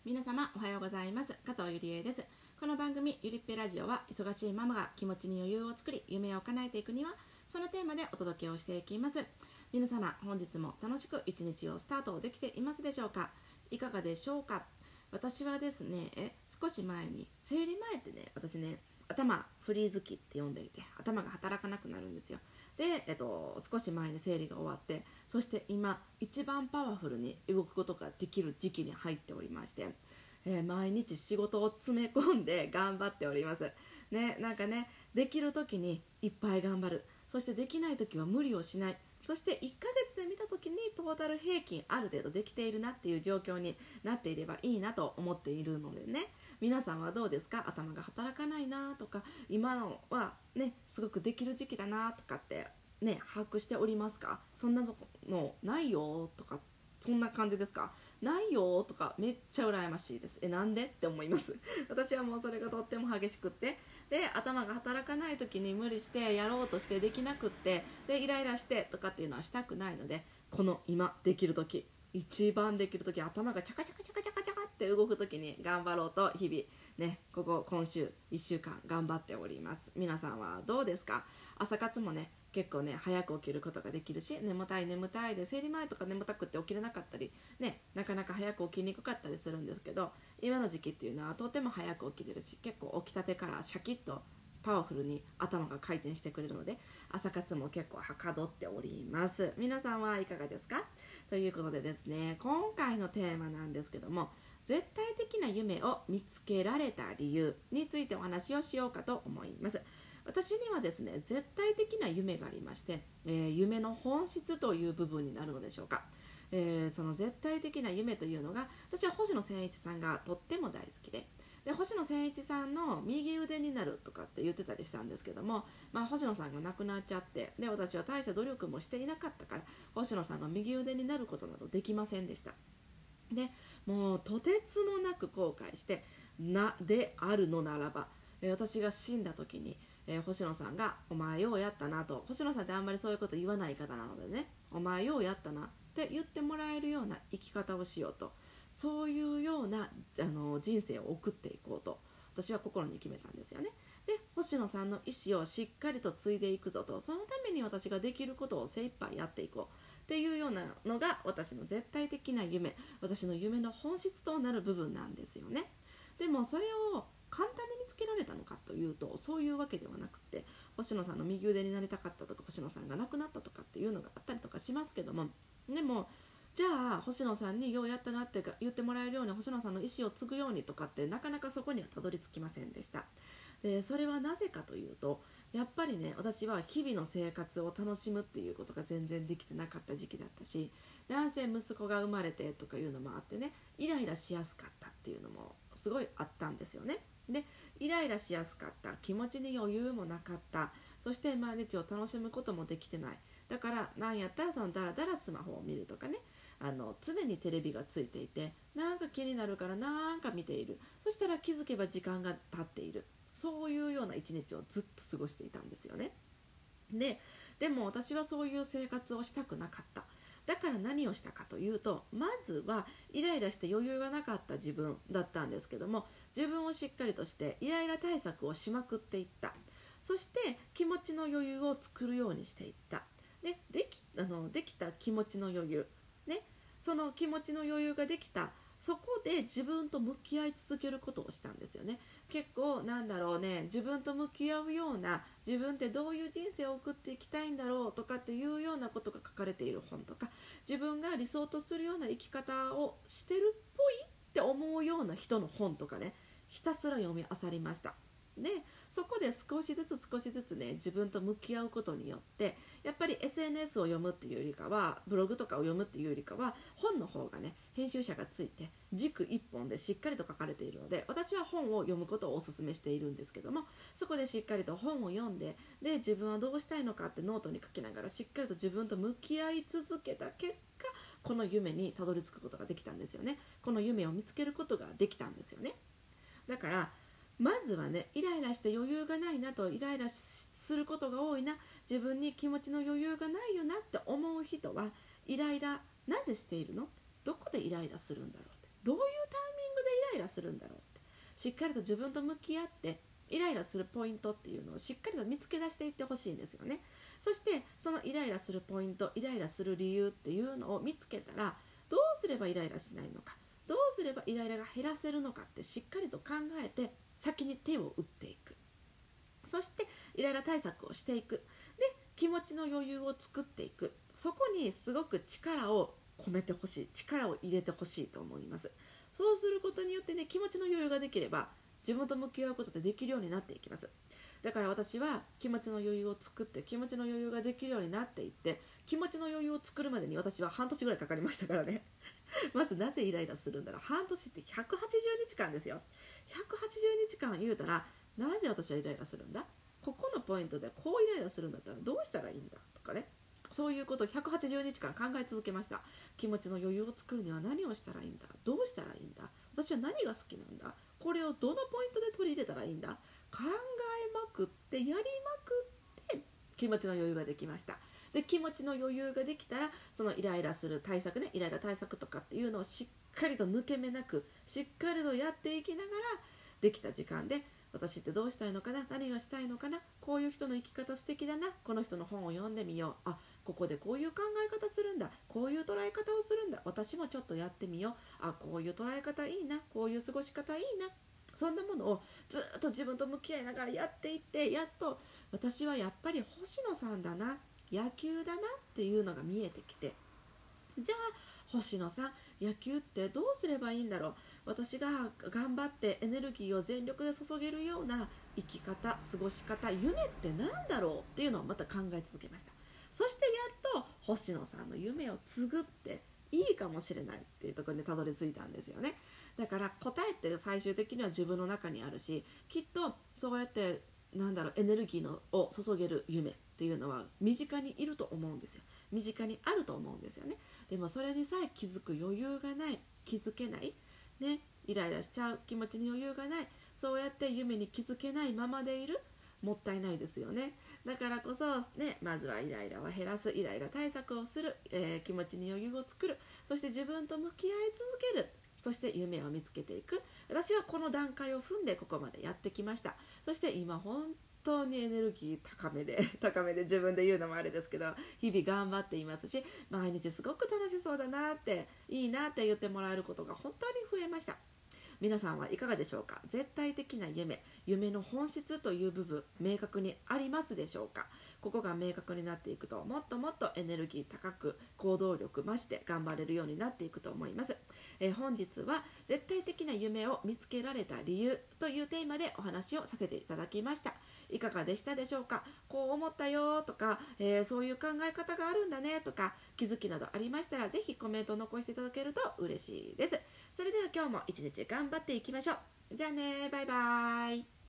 皆様おはようございます。加藤ゆりえです。この番組ゆりっぺラジオは、忙しいママが気持ちに余裕を作り夢を叶えていくには、そのテーマでお届けをしていきます。皆様本日も楽しく一日をスタートできていますでしょうか。いかがでしょうか。私はですね、少し前に生理前ってね、私ね、頭フリーズ期って呼んでいて、頭が働かなくなるんですよ。で、少し前に生理が終わって、そして今一番パワフルに動くことができる時期に入っておりまして、毎日仕事を詰め込んで頑張っておりますね。なんかね、できる時にいっぱい頑張る、そしてできない時は無理をしない、そして1ヶ月で見た時にトータル平均ある程度できているなっていう状況になっていればいいなと思っているのでね。皆さんはどうですか。頭が働かないなとか、今のはねすごくできる時期だなとかってね把握しておりますか。そんなのないよとか、そんな感じですか。ないよとかめっちゃ羨ましいです。なんでって思います私はもうそれがとっても激しくって、で頭が働かない時に無理してやろうとしてできなくって、でイライラしてとかっていうのはしたくないので、この今できる時、一番できる時、頭がチャカチャカチャカチャカチャカって動く時に頑張ろうと日々ね、今週1週間頑張っております。皆さんはどうですか。朝活もね結構ね早く起きることができるし、眠たいで生理前とか眠たくて起きれなかったりね、なかなか早く起きにくかったりするんですけど、今の時期っていうのはとても早く起きれるし、結構起きたてからシャキッとパワフルに頭が回転してくれるので、朝活も結構はかどっております。皆さんはいかがですか。ということでですね、今回のテーマなんですけども、絶対的な夢を見つけられた理由についてお話をしようかと思います。私にはですね、絶対的な夢がありまして、夢の本質という部分になるのでしょうか。その絶対的な夢というのが、私は星野千一さんがとっても大好きで、星野千一さんの右腕になるとかって言ってたりしたんですけども、星野さんが亡くなっちゃって、で私は大した努力もしていなかったから、星野さんの右腕になることなどできませんでした。でもうとてつもなく後悔して、であるのならば、私が死んだ時に、星野さんがお前ようやったなと、星野さんってあんまりそういうこと言わない方なのでね、お前ようやったなって言ってもらえるような生き方をしようと、そういうような人生を送っていこうと私は心に決めたんですよね。で星野さんの意思をしっかりと継いでいくぞと、そのために私ができることを精一杯やっていこうっていうようなのが私の絶対的な夢、私の夢の本質となる部分なんですよね。でもそれを簡単に見つけられたのかというと、そういうわけではなくて、星野さんの右腕になりたかったとか、星野さんが亡くなったとかっていうのがあったりとかしますけども、でもじゃあ星野さんにようやったなって言ってもらえるように、星野さんの意思を継ぐようにとかってなかなかそこにはたどり着きませんでした。でそれはなぜかというと、やっぱりね、私は日々の生活を楽しむっていうことが全然できてなかった時期だったし、男性息子が生まれてとかいうのもあってね、イライラしやすかったっていうのもすごいあったんですよね。でイライラしやすかった、気持ちに余裕もなかった、そして毎日を楽しむこともできてない。だからなんやったらそのダラダラスマホを見るとかね、常にテレビがついていて、なんか気になるからなんか見ている、そしたら気づけば時間が経っている、そういうような一日をずっと過ごしていたんですよね。でも私はそういう生活をしたくなかった。だから何をしたかというと、まずはイライラして余裕がなかった自分だったんですけども、自分をしっかりとしてイライラ対策をしまくっていった。そして気持ちの余裕を作るようにしていった。できた気持ちの余裕ね、その気持ちの余裕ができた、そこで自分と向き合い続けることをしたんですよね。結構なんだろうね、自分と向き合うような、自分ってどういう人生を送っていきたいんだろうとかっていうようなことが書かれている本とか、自分が理想とするような生き方をしてるっぽいって思うような人の本とかね、ひたすら読み漁りました。でそこで少しずつね、自分と向き合うことによって、やっぱり SNS を読むっていうよりかは、ブログとかを読むっていうよりかは、本の方がね、編集者がついて軸一本でしっかりと書かれているので、私は本を読むことをお勧めしているんですけども、そこでしっかりと本を読んで、で自分はどうしたいのかってノートに書きながら、しっかりと自分と向き合い続けた結果、この夢にたどり着くことができたんですよね。この夢を見つけることができたんですよね。だからまずはね、イライラして余裕がないなと、イライラすることが多いな、自分に気持ちの余裕がないよなって思う人は、イライラなぜしているの、どこでイライラするんだろうって、どういうタイミングでイラするんだろうって、しっかりと自分と向き合ってイライラするポイントっていうのをしっかりと見つけ出していってほしいんですよね。そしてそのイライラするポイント、イライラする理由っていうのを見つけたら、どうすればイライラしないのか、どうすればイライラが減らせるのかってしっかりと考えて先に手を打っていく。そしてイライラ対策をしていく。で、気持ちの余裕を作っていく。そこにすごく力を込めてほしい、力を入れてほしいと思います。そうすることによってね、気持ちの余裕ができれば自分と向き合うことでできるようになっていきます。だから私は気持ちの余裕を作って、気持ちの余裕ができるようになっていって、気持ちの余裕を作るまでに私は半年ぐらいかかりましたからね。まずなぜイライラするんだろう。半年って180日間ですよ。180日間言うたら、なぜ私はイライラするんだ、ここのポイントでこうイライラするんだったらどうしたらいいんだとかね、そういうことを180日間考え続けました。気持ちの余裕を作るには何をしたらいいんだ、どうしたらいいんだ、私は何が好きなんだ、これをどのポイントで取り入れたらいいんだ、考えまくってやりまくって気持ちの余裕ができました。で、気持ちの余裕ができたら、そのイライラする対策ね、イライラ対策とかっていうのをしっかりと抜け目なくしっかりとやっていきながら、できた時間で私ってどうしたいのかな、何がしたいのかな、こういう人の生き方素敵だな、この人の本を読んでみよう、あ、ここでこういう考え方するんだ、こういう捉え方をするんだ、私もちょっとやってみよう、あ、こういう捉え方いいな、こういう過ごし方いいな、そんなものをずっと自分と向き合いながらやっていって、やっと私はやっぱり星野さんだな、野球だなっていうのが見えてきて、じゃあ星野さん、野球ってどうすればいいんだろう、私が頑張ってエネルギーを全力で注げるような生き方、過ごし方、夢って何だろうっていうのをまた考え続けました。そしてやっと星野さんの夢を継ぐっていいかもしれないっていうところにたどり着いたんですよね。だから答えって最終的には自分の中にあるし、きっとそうやってエネルギーを注げる夢っていうのは身近にいると思うんですよ。身近にあると思うんですよね。でもそれにさえ気づく余裕がない、気づけない、ね、イライラしちゃう気持ちに余裕がない、そうやって夢に気づけないままでいる、もったいないですよね。だからこそ、ね、まずはイライラを減らす、イライラ対策をする、気持ちに余裕を作る、そして自分と向き合い続ける、そして夢を見つけていく。私はこの段階を踏んでここまでやってきました。そして今本当にエネルギー高めで自分で言うのもあれですけど、日々頑張っていますし、毎日すごく楽しそうだなって、いいなって言ってもらえることが本当に増えました。皆さんはいかがでしょうか。絶対的な夢の本質という部分、明確にありますでしょうか。ここが明確になっていくと、もっともっとエネルギー高く、行動力増して頑張れるようになっていくと思います。本日は絶対的な夢を見つけられた理由というテーマでお話をさせていただきました。いかがでしたでしょうか。こう思ったよとか、そういう考え方があるんだねとか、気づきなどありましたら、ぜひコメントを残していただけると嬉しいです。それでは今日も一日頑張っていきましょう。じゃあね、バイバイ。